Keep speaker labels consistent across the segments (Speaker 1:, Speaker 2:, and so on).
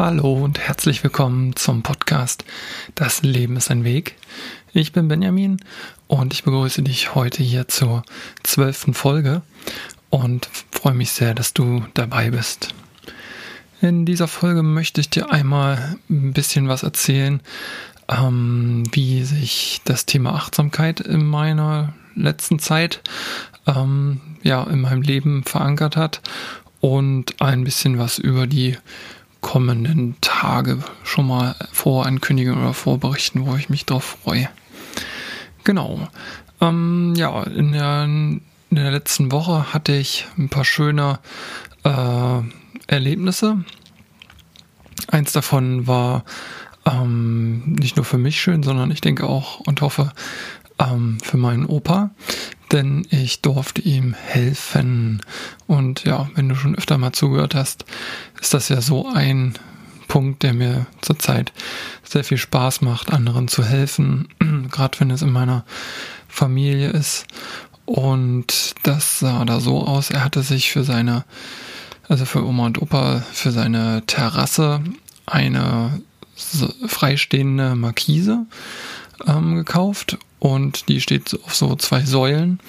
Speaker 1: Hallo und herzlich willkommen zum Podcast Das Leben ist ein Weg. Ich bin Benjamin und ich begrüße dich heute hier zur 12. Folge und freue mich sehr, dass du dabei bist. In dieser Folge möchte ich dir einmal ein bisschen was erzählen, wie sich das Thema Achtsamkeit in meiner letzten Zeit in meinem Leben verankert hat und ein bisschen was über die kommenden Tage schon mal vorankündigen oder vorberichten, wo ich mich drauf freue. Genau. In der letzten Woche hatte ich ein paar schöne Erlebnisse. Eins davon war nicht nur für mich schön, sondern ich denke auch und hoffe für meinen Opa, denn ich durfte ihm helfen. Und ja, wenn du schon öfter mal zugehört hast, ist das ja so ein Punkt, der mir zurzeit sehr viel Spaß macht, anderen zu helfen, gerade wenn es in meiner Familie ist. Und das sah da so aus, er hatte sich für Oma und Opa, für seine Terrasse eine freistehende Markise gekauft. Und die steht auf so 2 Säulen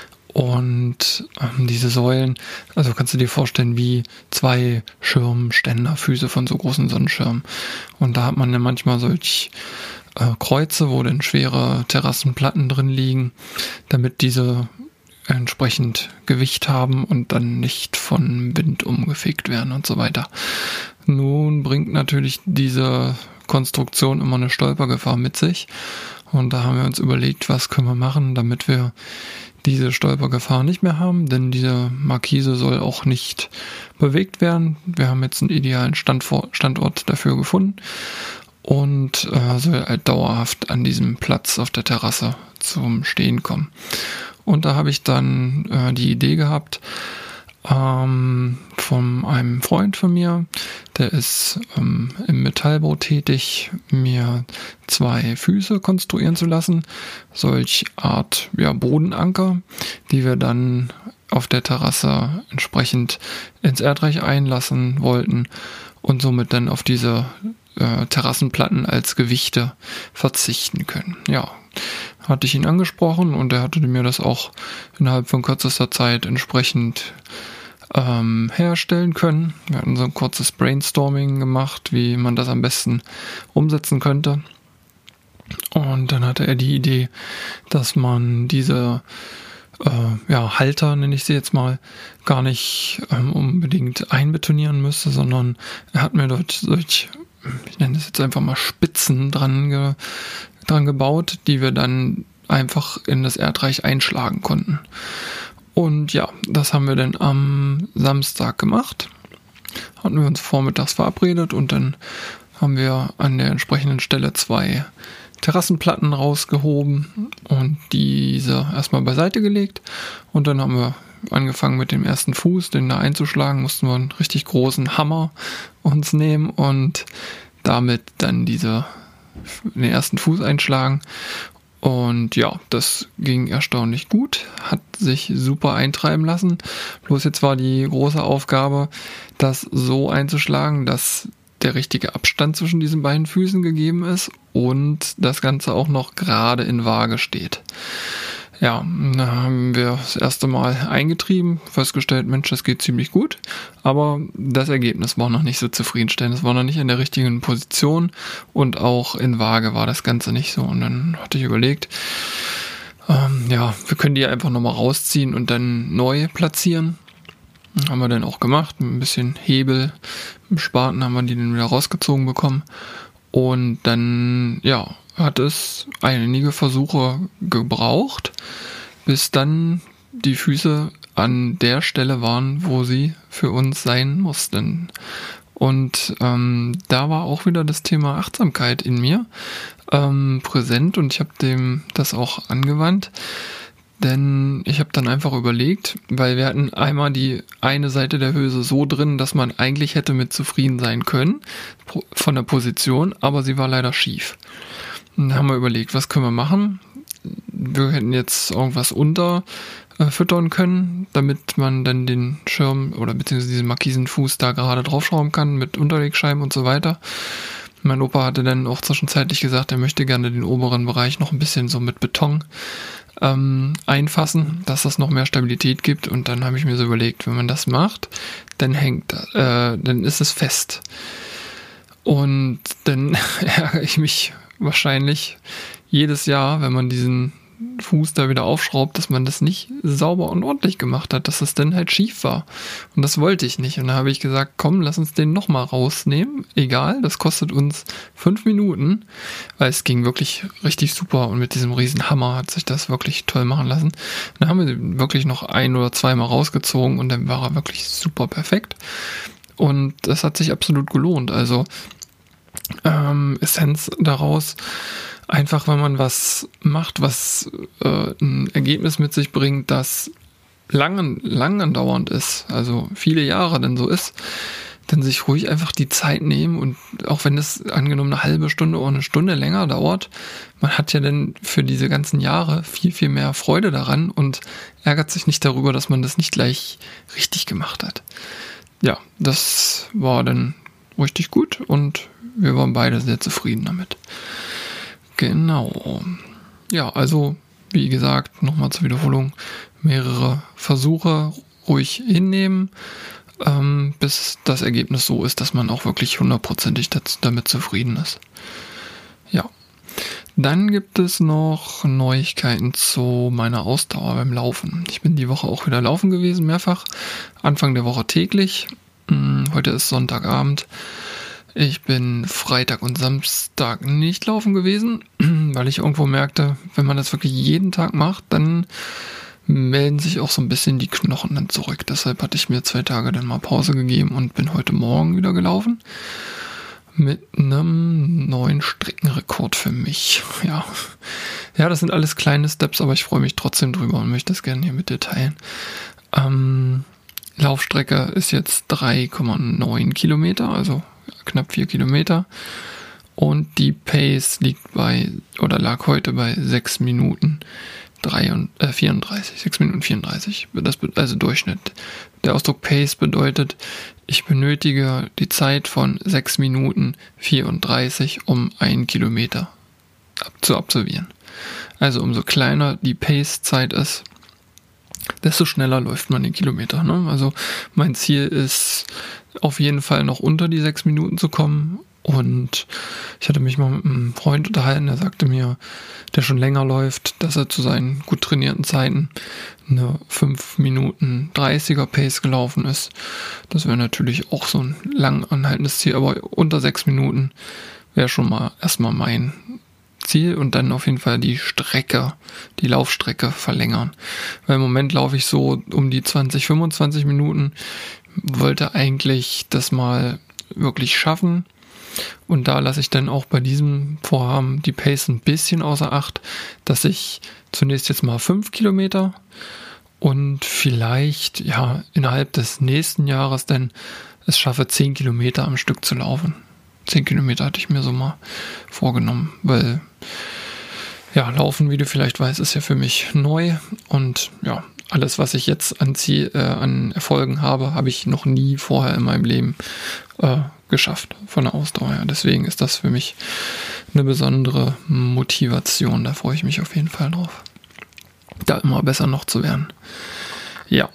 Speaker 1: und diese Säulen, also kannst du dir vorstellen wie 2 Schirmständerfüße von so großen Sonnenschirmen. Und da hat man ja manchmal solch Kreuze, wo dann schwere Terrassenplatten drin liegen, damit diese entsprechend Gewicht haben und dann nicht von Wind umgefegt werden und so weiter. Nun bringt natürlich diese Konstruktion immer eine Stolpergefahr mit sich. Und da haben wir uns überlegt, was können wir machen, damit wir diese Stolpergefahr nicht mehr haben, denn diese Markise soll auch nicht bewegt werden. Wir haben jetzt einen idealen Standort dafür gefunden und soll halt dauerhaft an diesem Platz auf der Terrasse zum Stehen kommen. Und da habe ich dann die Idee gehabt, von einem Freund von mir, der ist im Metallbau tätig, mir 2 Füße konstruieren zu lassen, solch Art Bodenanker, die wir dann auf der Terrasse entsprechend ins Erdreich einlassen wollten und somit dann auf diese Terrassenplatten als Gewichte verzichten können. Ja, hatte ich ihn angesprochen und er hatte mir das auch innerhalb von kürzester Zeit entsprechend herstellen können. Wir hatten so ein kurzes Brainstorming gemacht, wie man das am besten umsetzen könnte. Und dann hatte er die Idee, dass man diese Halter, nenne ich sie jetzt mal, gar nicht unbedingt einbetonieren müsste, sondern er hat mir dort ich nenne das jetzt einfach mal Spitzen dran gebaut, die wir dann einfach in das Erdreich einschlagen konnten. Und ja, das haben wir dann am Samstag gemacht. Hatten wir uns vormittags verabredet und dann haben wir an der entsprechenden Stelle 2 Terrassenplatten rausgehoben und diese erstmal beiseite gelegt. Und dann haben wir angefangen mit dem ersten Fuß, den da einzuschlagen, mussten wir einen richtig großen Hammer uns nehmen und damit dann den ersten Fuß einschlagen. Und ja, das ging erstaunlich gut, hat sich super eintreiben lassen. Bloß jetzt war die große Aufgabe, das so einzuschlagen, dass der richtige Abstand zwischen diesen beiden Füßen gegeben ist und das Ganze auch noch gerade in Waage steht. Ja, da haben wir das erste Mal eingetrieben, festgestellt, Mensch, das geht ziemlich gut, aber das Ergebnis war noch nicht so zufriedenstellend. Es war noch nicht in der richtigen Position und auch in Waage war das Ganze nicht so. Und dann hatte ich überlegt, wir können die einfach nochmal rausziehen und dann neu platzieren. Haben wir dann auch gemacht, mit ein bisschen Hebel, mit dem Spaten haben wir die dann wieder rausgezogen bekommen. Und dann, hat es einige Versuche gebraucht, bis dann die Füße an der Stelle waren, wo sie für uns sein mussten. Und da war auch wieder das Thema Achtsamkeit in mir präsent und ich habe das auch angewandt. Denn ich habe dann einfach überlegt, weil wir hatten einmal die eine Seite der Hülse so drin, dass man eigentlich hätte mit zufrieden sein können von der Position, aber sie war leider schief. Und dann haben wir überlegt, was können wir machen? wir hätten jetzt irgendwas füttern können, damit man dann den Schirm oder beziehungsweise diesen Markisenfuß da gerade draufschrauben kann mit Unterlegscheiben und so weiter. Mein Opa hatte dann auch zwischenzeitlich gesagt, er möchte gerne den oberen Bereich noch ein bisschen so mit Beton einfassen, dass das noch mehr Stabilität gibt. Und dann habe ich mir so überlegt, wenn man das macht, dann dann ist es fest. Und dann ärgere ich mich wahrscheinlich jedes Jahr, wenn man diesen Fuß da wieder aufschraubt, dass man das nicht sauber und ordentlich gemacht hat, dass das dann halt schief war. Und das wollte ich nicht. Und da habe ich gesagt, komm, lass uns den nochmal rausnehmen. Egal, das kostet uns 5 Minuten, weil es ging wirklich richtig super und mit diesem riesen Hammer hat sich das wirklich toll machen lassen. Und dann haben wir den wirklich noch 1 oder 2 Mal rausgezogen und dann war er wirklich super perfekt. Und das hat sich absolut gelohnt. Also Essenz daraus, einfach, wenn man was macht, was ein Ergebnis mit sich bringt, das lang andauernd ist, also viele Jahre denn so ist, dann sich ruhig einfach die Zeit nehmen und auch wenn es angenommen eine halbe Stunde oder eine Stunde länger dauert, man hat ja dann für diese ganzen Jahre viel, viel mehr Freude daran und ärgert sich nicht darüber, dass man das nicht gleich richtig gemacht hat. Ja, das war dann richtig gut und wir waren beide sehr zufrieden damit. Genau. Ja, also wie gesagt, nochmal zur Wiederholung, mehrere Versuche ruhig hinnehmen, bis das Ergebnis so ist, dass man auch wirklich 100%ig damit zufrieden ist. Ja. Dann gibt es noch Neuigkeiten zu meiner Ausdauer beim Laufen. Ich bin die Woche auch wieder laufen gewesen, mehrfach. Anfang der Woche täglich. Heute ist Sonntagabend. Ich bin Freitag und Samstag nicht laufen gewesen, weil ich irgendwo merkte, wenn man das wirklich jeden Tag macht, dann melden sich auch so ein bisschen die Knochen dann zurück. Deshalb hatte ich mir 2 Tage dann mal Pause gegeben und bin heute Morgen wieder gelaufen. Mit einem neuen Streckenrekord für mich. Ja, das sind alles kleine Steps, aber ich freue mich trotzdem drüber und möchte das gerne hier mit dir teilen. Laufstrecke ist jetzt 3,9 Kilometer, also knapp 4 Kilometer. Und die Pace lag heute bei 6 Minuten 34. 6 Minuten 34. Also Durchschnitt. Der Ausdruck Pace bedeutet, ich benötige die Zeit von 6 Minuten 34, um 1 Kilometer zu absolvieren. Also umso kleiner die Pace-Zeit ist, desto schneller läuft man den Kilometer. Ne? Also mein Ziel ist auf jeden Fall noch unter die 6 Minuten zu kommen. Und ich hatte mich mal mit einem Freund unterhalten, der sagte mir, der schon länger läuft, dass er zu seinen gut trainierten Zeiten eine 5 Minuten 30er Pace gelaufen ist. Das wäre natürlich auch so ein lang anhaltendes Ziel, aber unter 6 Minuten wäre schon mal erstmal mein Ziel und dann auf jeden Fall die Laufstrecke verlängern. Weil im Moment laufe ich so um die 20, 25 Minuten, wollte eigentlich das mal wirklich schaffen. Und da lasse ich dann auch bei diesem Vorhaben die Pace ein bisschen außer Acht, dass ich zunächst jetzt mal 5 Kilometer und vielleicht innerhalb des nächsten Jahres dann es schaffe, 10 Kilometer am Stück zu laufen. 10 Kilometer hatte ich mir so mal vorgenommen, weil Laufen, wie du vielleicht weißt, ist ja für mich neu und alles, was ich jetzt an Erfolgen habe ich noch nie vorher in meinem Leben geschafft von der Ausdauer her. Deswegen ist das für mich eine besondere Motivation. Da freue ich mich auf jeden Fall drauf, da immer besser noch zu werden. Ja,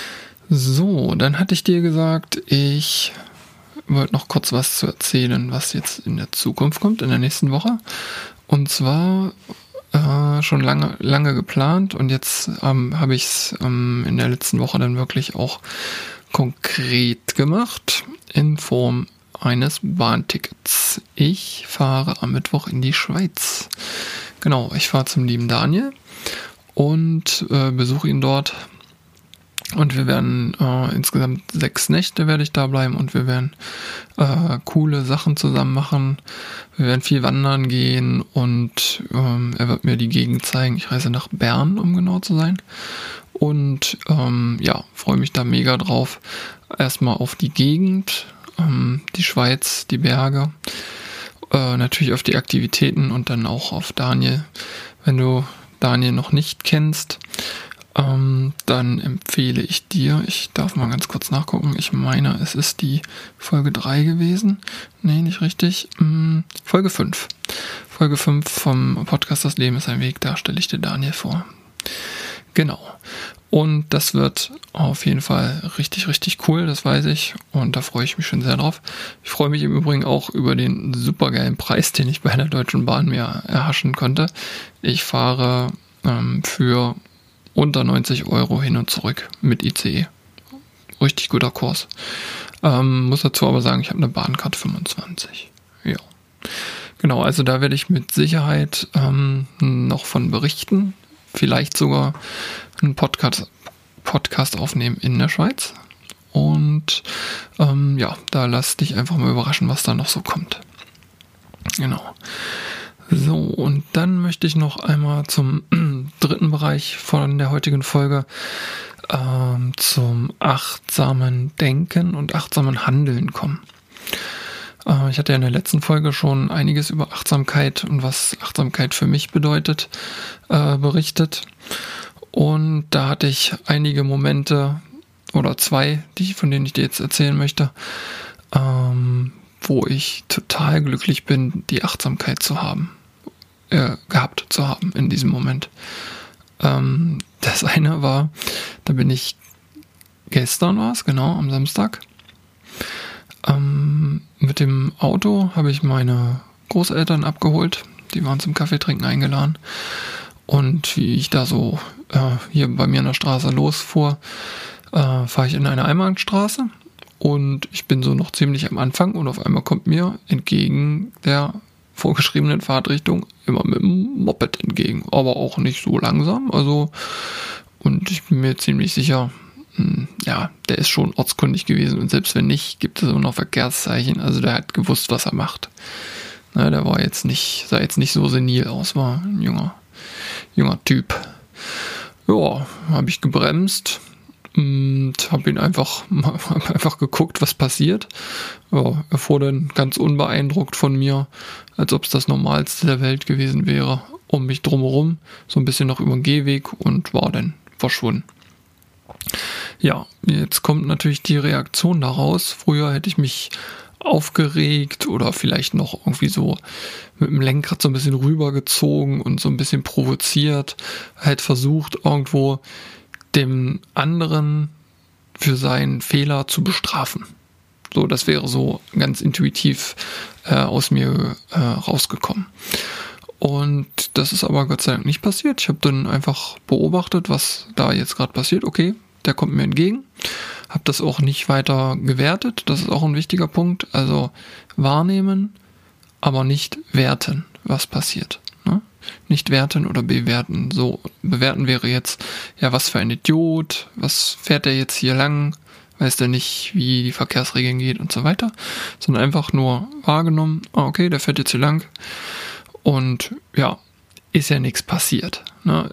Speaker 1: so, dann hatte ich dir gesagt, ich wollte noch kurz was zu erzählen, was jetzt in der Zukunft kommt, in der nächsten Woche. Und zwar schon lange geplant und jetzt habe ich es in der letzten Woche dann wirklich auch konkret gemacht in Form eines Bahntickets. Ich fahre am Mittwoch in die Schweiz. Genau, ich fahre zum lieben Daniel und besuche ihn dort. Und wir werden insgesamt 6 Nächte werde ich da bleiben und wir werden coole Sachen zusammen machen. Wir werden viel wandern gehen und er wird mir die Gegend zeigen. Ich reise nach Bern, um genau zu sein. Und freue mich da mega drauf. Erstmal auf die Gegend, die Schweiz, die Berge, natürlich auf die Aktivitäten und dann auch auf Daniel. Wenn du Daniel noch nicht kennst, dann empfehle ich dir, ich darf mal ganz kurz nachgucken, ich meine, es ist die Folge 3 gewesen. Nee, nicht richtig. Folge 5. Folge 5 vom Podcast Das Leben ist ein Weg, da stelle ich dir Daniel vor. Genau. Und das wird auf jeden Fall richtig, richtig cool, das weiß ich. Und da freue ich mich schon sehr drauf. Ich freue mich im Übrigen auch über den supergeilen Preis, den ich bei der Deutschen Bahn mir erhaschen konnte. Ich fahre für unter 90 Euro hin und zurück mit ICE. Richtig guter Kurs. Muss dazu aber sagen, ich habe eine Bahncard 25. Ja. Genau, also da werde ich mit Sicherheit noch von berichten. Vielleicht sogar einen Podcast aufnehmen in der Schweiz. Und da lass dich einfach mal überraschen, was da noch so kommt. Genau. So, und dann möchte ich noch einmal zum dritten Bereich von der heutigen Folge, zum achtsamen Denken und achtsamen Handeln kommen. Ich hatte ja in der letzten Folge schon einiges über Achtsamkeit und was Achtsamkeit für mich bedeutet, berichtet. Und da hatte ich einige Momente oder zwei, von denen ich dir jetzt erzählen möchte, wo ich total glücklich bin, die Achtsamkeit gehabt zu haben in diesem Moment. Das eine war, da bin ich gestern am Samstag. Mit dem Auto habe ich meine Großeltern abgeholt. Die waren zum Kaffeetrinken eingeladen. Und wie ich da so hier bei mir in der Straße losfuhr, fahre ich in eine Einbahnstraße. Und ich bin so noch ziemlich am Anfang und auf einmal kommt mir entgegen der vorgeschriebenen Fahrtrichtung immer mit dem Moped entgegen. Aber auch nicht so langsam. Und ich bin mir ziemlich sicher, der ist schon ortskundig gewesen. Und selbst wenn nicht, gibt es immer noch Verkehrszeichen. Also der hat gewusst, was er macht. Der sah jetzt nicht so senil aus, war ein junger Typ. Ja, habe ich gebremst und habe ihn einfach geguckt, was passiert. Ja, er fuhr dann ganz unbeeindruckt von mir, als ob es das Normalste der Welt gewesen wäre, um mich drumherum, so ein bisschen noch über den Gehweg und war dann verschwunden. Ja, jetzt kommt natürlich die Reaktion daraus. Früher hätte ich mich aufgeregt oder vielleicht noch irgendwie so mit dem Lenkrad so ein bisschen rübergezogen und so ein bisschen provoziert, halt versucht irgendwo dem anderen für seinen Fehler zu bestrafen. So, das wäre so ganz intuitiv aus mir rausgekommen. Und das ist aber Gott sei Dank nicht passiert. Ich habe dann einfach beobachtet, was da jetzt gerade passiert. Okay, der kommt mir entgegen. Habe das auch nicht weiter gewertet. Das ist auch ein wichtiger Punkt. Also wahrnehmen, aber nicht werten, was passiert. Ne? Nicht werten oder bewerten. So, bewerten wäre jetzt, ja, was für ein Idiot, was fährt der jetzt hier lang, weiß der nicht, wie die Verkehrsregeln geht und so weiter. Sondern einfach nur wahrgenommen, okay, der fährt jetzt hier lang. Und ja, ist ja nichts passiert. Ne?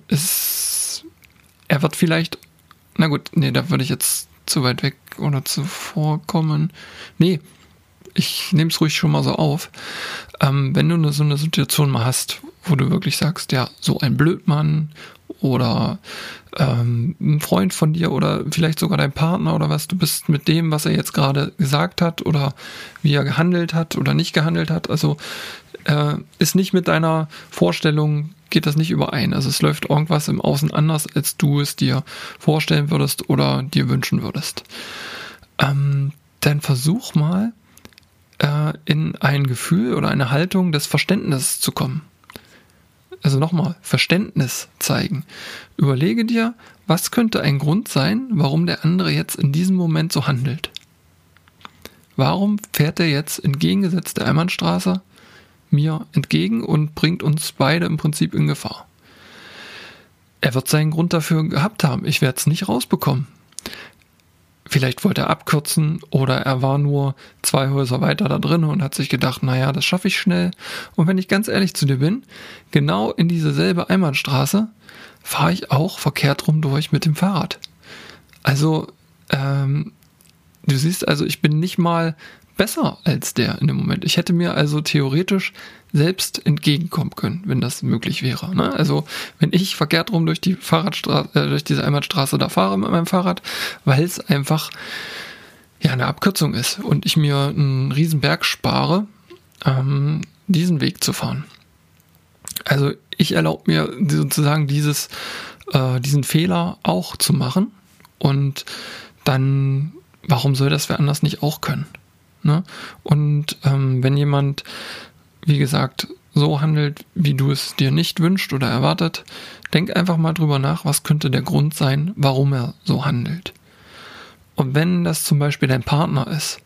Speaker 1: Er wird vielleicht, na gut, nee, da würde ich jetzt zu weit weg oder zuvorkommen. Nee, ich nehme es ruhig schon mal so auf. Wenn du so eine Situation mal hast, wo du wirklich sagst, ja, so ein Blödmann oder ein Freund von dir oder vielleicht sogar dein Partner oder was, du bist mit dem, was er jetzt gerade gesagt hat oder wie er gehandelt hat oder nicht gehandelt hat, also ist nicht mit deiner Vorstellung, geht das nicht überein. Also es läuft irgendwas im Außen anders, als du es dir vorstellen würdest oder dir wünschen würdest. Dann versuch mal in ein Gefühl oder eine Haltung des Verständnisses zu kommen. Also nochmal, Verständnis zeigen. Überlege dir, was könnte ein Grund sein, warum der andere jetzt in diesem Moment so handelt. Warum fährt er jetzt entgegengesetzt der Einbahnstraße mir entgegen und bringt uns beide im Prinzip in Gefahr? Er wird seinen Grund dafür gehabt haben. Ich werde es nicht rausbekommen. Vielleicht wollte er abkürzen oder er war nur 2 Häuser weiter da drin und hat sich gedacht, naja, das schaffe ich schnell. Und wenn ich ganz ehrlich zu dir bin, genau in diese selbe Einbahnstraße fahre ich auch verkehrt rum durch mit dem Fahrrad. Also, du siehst, also ich bin nicht mal besser als der in dem Moment. Ich hätte mir also theoretisch selbst entgegenkommen können, wenn das möglich wäre. Ne? Also wenn ich verkehrt rum durch die durch diese Einbahnstraße da fahre mit meinem Fahrrad, weil es einfach eine Abkürzung ist und ich mir einen riesen Berg spare, diesen Weg zu fahren. Also ich erlaube mir sozusagen diesen Fehler auch zu machen und dann, warum soll das wer anders nicht auch können? Ne? Und wenn jemand, wie gesagt, so handelt, wie du es dir nicht wünschst oder erwartet, denk einfach mal drüber nach, was könnte der Grund sein, warum er so handelt. Und wenn das zum Beispiel dein Partner ist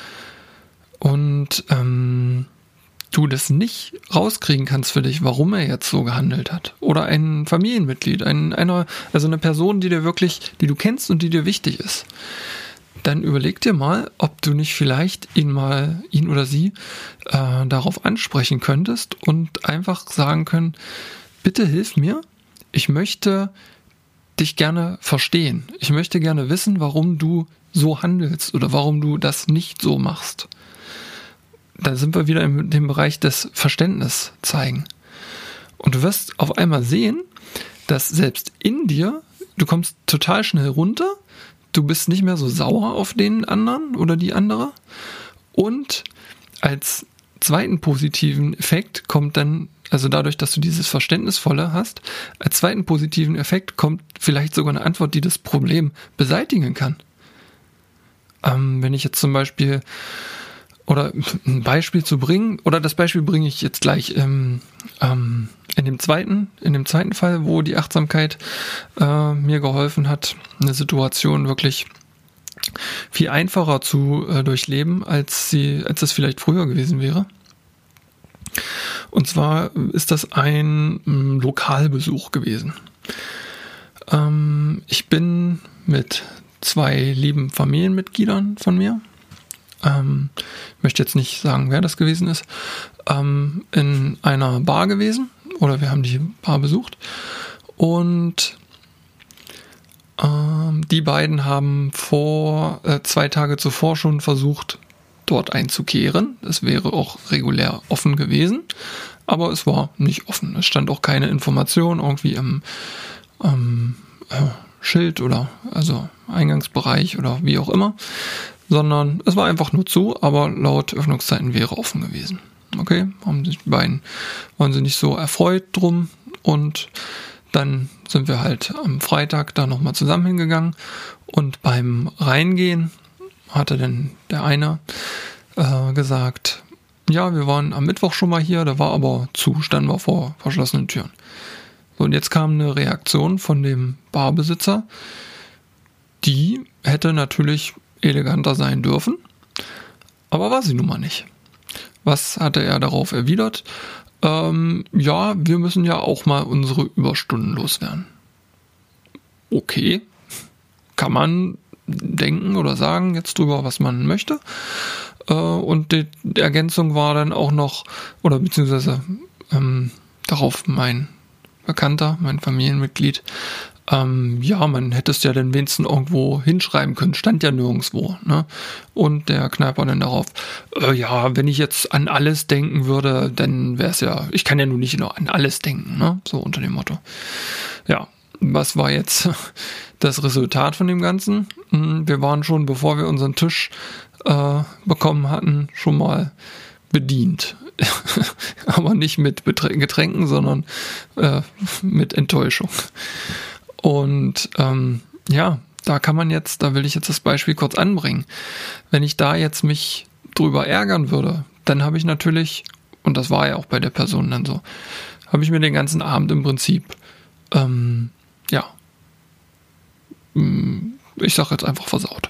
Speaker 1: und du das nicht rauskriegen kannst für dich, warum er jetzt so gehandelt hat, oder ein Familienmitglied, also eine Person, die du kennst und die dir wichtig ist, dann überleg dir mal, ob du nicht vielleicht ihn oder sie darauf ansprechen könntest und einfach sagen können, bitte hilf mir, ich möchte dich gerne verstehen. Ich möchte gerne wissen, warum du so handelst oder warum du das nicht so machst. Da sind wir wieder in dem Bereich des Verständnis zeigen. Und du wirst auf einmal sehen, dass selbst in dir, du kommst total schnell runter, du bist nicht mehr so sauer auf den anderen oder die andere. Und als zweiten positiven Effekt kommt dann, also dadurch, dass du dieses Verständnisvolle hast, als zweiten positiven Effekt kommt vielleicht sogar eine Antwort, die das Problem beseitigen kann. Wenn ich jetzt zum Beispiel, oder ein Beispiel zu bringen, oder das Beispiel bringe ich jetzt gleich in dem zweiten Fall, wo die Achtsamkeit mir geholfen hat, eine Situation wirklich viel einfacher zu durchleben, als es vielleicht früher gewesen wäre. Und zwar ist das ein Lokalbesuch gewesen. Ich bin mit 2 lieben Familienmitgliedern von mir, ich möchte jetzt nicht sagen, wer das gewesen ist, in einer Bar gewesen, oder wir haben die Bar besucht, und die beiden haben 2 Tage zuvor schon versucht, dort einzukehren. Es wäre auch regulär offen gewesen, aber es war nicht offen. Es stand auch keine Information irgendwie am Schild oder also Eingangsbereich oder wie auch immer, sondern es war einfach nur zu, aber laut Öffnungszeiten wäre offen gewesen. Okay, haben sich die beiden, waren sie nicht so erfreut drum, und dann sind wir halt am Freitag da nochmal zusammen hingegangen, und beim Reingehen hatte dann der eine gesagt, ja, wir waren am Mittwoch schon mal hier, da war aber zu, standen wir vor verschlossenen Türen. So, und jetzt kam eine Reaktion von dem Barbesitzer, die hätte natürlich eleganter sein dürfen, aber war sie nun mal nicht. Was hatte er darauf erwidert? Ja, wir müssen ja auch mal unsere Überstunden loswerden. Okay, kann man denken oder sagen jetzt drüber, was man möchte. Und die Ergänzung war dann auch noch, oder beziehungsweise darauf mein Bekannter, mein Familienmitglied, ja, man hätte es ja dann wenigstens irgendwo hinschreiben können, stand ja nirgendwo, ne? Und der Kneiper dann darauf, ja, wenn ich jetzt an alles denken würde, dann wäre es ja, ich kann ja nun nicht nur an alles denken, ne? So unter dem Motto. Ja, was war jetzt das Resultat von dem Ganzen? Wir waren schon, bevor wir unseren Tisch bekommen hatten, schon mal bedient. Aber nicht mit Getränken, sondern mit Enttäuschung. Und ja, da will ich jetzt das Beispiel kurz anbringen. Wenn ich da jetzt mich drüber ärgern würde, dann habe ich natürlich, und das war ja auch bei der Person dann so, habe ich mir den ganzen Abend im Prinzip, ich sage jetzt einfach versaut.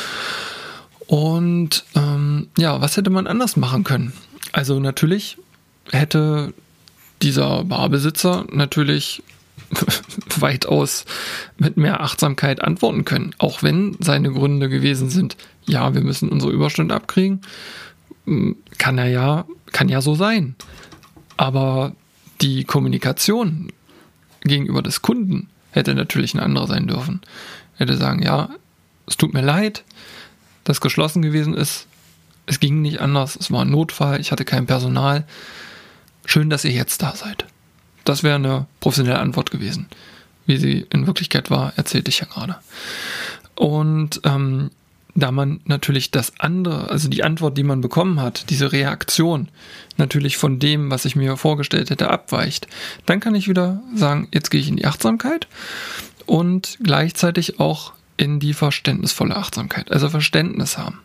Speaker 1: Und ja, was hätte man anders machen können? Also natürlich hätte dieser Barbesitzer natürlich weitaus mit mehr Achtsamkeit antworten können, auch wenn seine Gründe gewesen sind, ja, wir müssen unsere Überstunden abkriegen, kann ja so sein. Aber die Kommunikation gegenüber des Kunden hätte natürlich eine andere sein dürfen. Er hätte sagen, ja, es tut mir leid, dass geschlossen gewesen ist, es ging nicht anders, es war ein Notfall, ich hatte kein Personal. Schön, dass ihr jetzt da seid. Das wäre eine professionelle Antwort gewesen. Wie sie in Wirklichkeit war, erzählte ich ja gerade. Und da man natürlich das andere, also die Antwort, die man bekommen hat, diese Reaktion natürlich von dem, was ich mir vorgestellt hätte, abweicht, dann kann ich wieder sagen, jetzt gehe ich in die Achtsamkeit und gleichzeitig auch in die verständnisvolle Achtsamkeit, also Verständnis haben.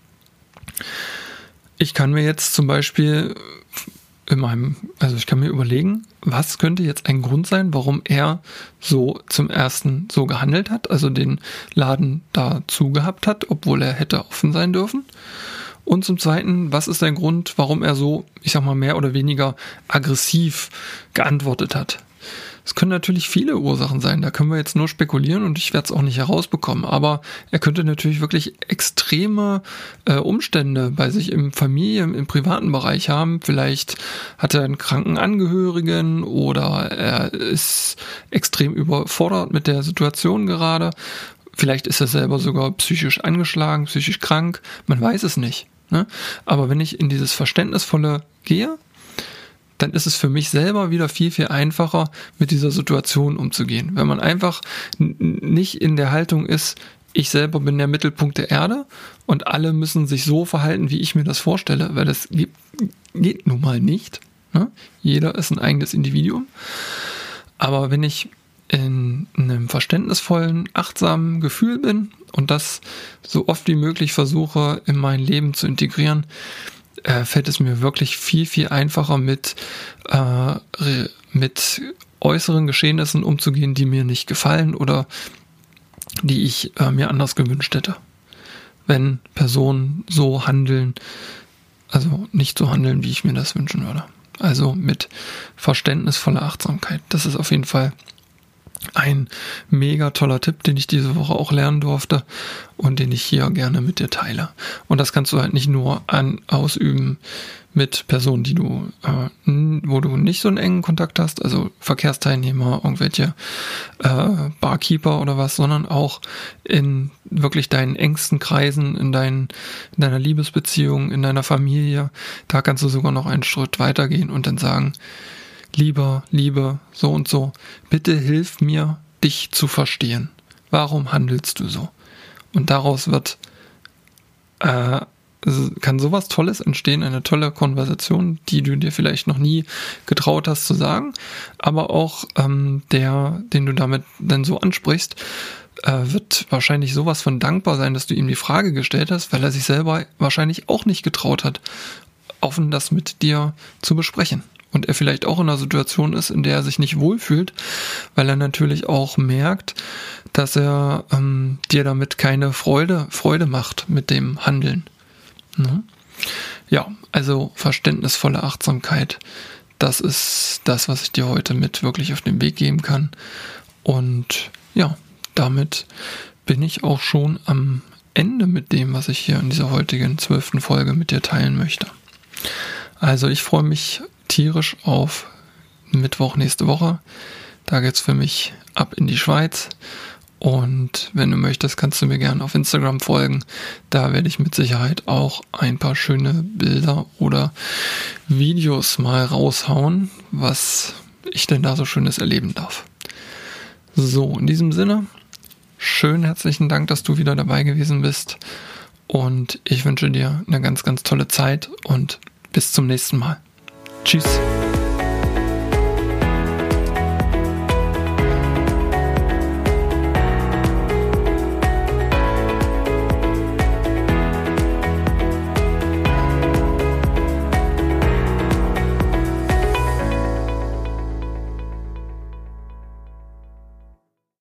Speaker 1: Ich kann mir jetzt zum Beispiel ich kann mir überlegen, was könnte jetzt ein Grund sein, warum er so zum ersten so gehandelt hat, also den Laden da zugehabt hat, obwohl er hätte offen sein dürfen. Und zum zweiten, was ist der Grund, warum er so, ich sag mal, mehr oder weniger aggressiv geantwortet hat? Es können natürlich viele Ursachen sein, da können wir jetzt nur spekulieren und ich werde es auch nicht herausbekommen, aber er könnte natürlich wirklich extreme Umstände bei sich im im privaten Bereich haben. Vielleicht hat er einen kranken Angehörigen oder er ist extrem überfordert mit der Situation gerade. Vielleicht ist er selber sogar psychisch angeschlagen, psychisch krank, man weiß es nicht. Ne? Aber wenn ich in dieses Verständnisvolle gehe, dann ist es für mich selber wieder viel, viel einfacher, mit dieser Situation umzugehen. Wenn man einfach nicht in der Haltung ist, ich selber bin der Mittelpunkt der Erde und alle müssen sich so verhalten, wie ich mir das vorstelle, weil das geht nun mal nicht. Ne? Jeder ist ein eigenes Individuum. Aber wenn ich in einem verständnisvollen, achtsamen Gefühl bin und das so oft wie möglich versuche, in mein Leben zu integrieren, fällt es mir wirklich viel, viel einfacher mit äußeren Geschehnissen umzugehen, die mir nicht gefallen oder die ich mir anders gewünscht hätte. Wenn Personen so handeln, also nicht so handeln, wie ich mir das wünschen würde. Also mit verständnisvoller Achtsamkeit. Das ist auf jeden Fall ein mega toller Tipp, den ich diese Woche auch lernen durfte und den ich hier gerne mit dir teile. Und das kannst du halt nicht nur ausüben mit Personen, die wo du nicht so einen engen Kontakt hast, also Verkehrsteilnehmer, irgendwelche Barkeeper oder was, sondern auch in wirklich deinen engsten Kreisen, in deiner Liebesbeziehung, in deiner Familie. Da kannst du sogar noch einen Schritt weitergehen und dann sagen, Liebe, so und so, bitte hilf mir, dich zu verstehen. Warum handelst du so? Und daraus kann sowas Tolles entstehen, eine tolle Konversation, die du dir vielleicht noch nie getraut hast zu sagen, aber auch den du damit dann so ansprichst, wird wahrscheinlich sowas von dankbar sein, dass du ihm die Frage gestellt hast, weil er sich selber wahrscheinlich auch nicht getraut hat, offen das mit dir zu besprechen. Und er vielleicht auch in einer Situation ist, in der er sich nicht wohlfühlt, weil er natürlich auch merkt, dass er dir damit keine Freude macht mit dem Handeln. Ne? Ja, also verständnisvolle Achtsamkeit, das ist das, was ich dir heute mit wirklich auf den Weg geben kann. Und ja, damit bin ich auch schon am Ende mit dem, was ich hier in dieser heutigen 12. Folge mit dir teilen möchte. Also ich freue mich tierisch auf Mittwoch nächste Woche. Da geht's für mich ab in die Schweiz. Und wenn du möchtest, kannst du mir gerne auf Instagram folgen. Da werde ich mit Sicherheit auch ein paar schöne Bilder oder Videos mal raushauen, was ich denn da so Schönes erleben darf. So, in diesem Sinne, schönen herzlichen Dank, dass du wieder dabei gewesen bist. Und ich wünsche dir eine ganz, ganz tolle Zeit und bis zum nächsten Mal. Tschüss.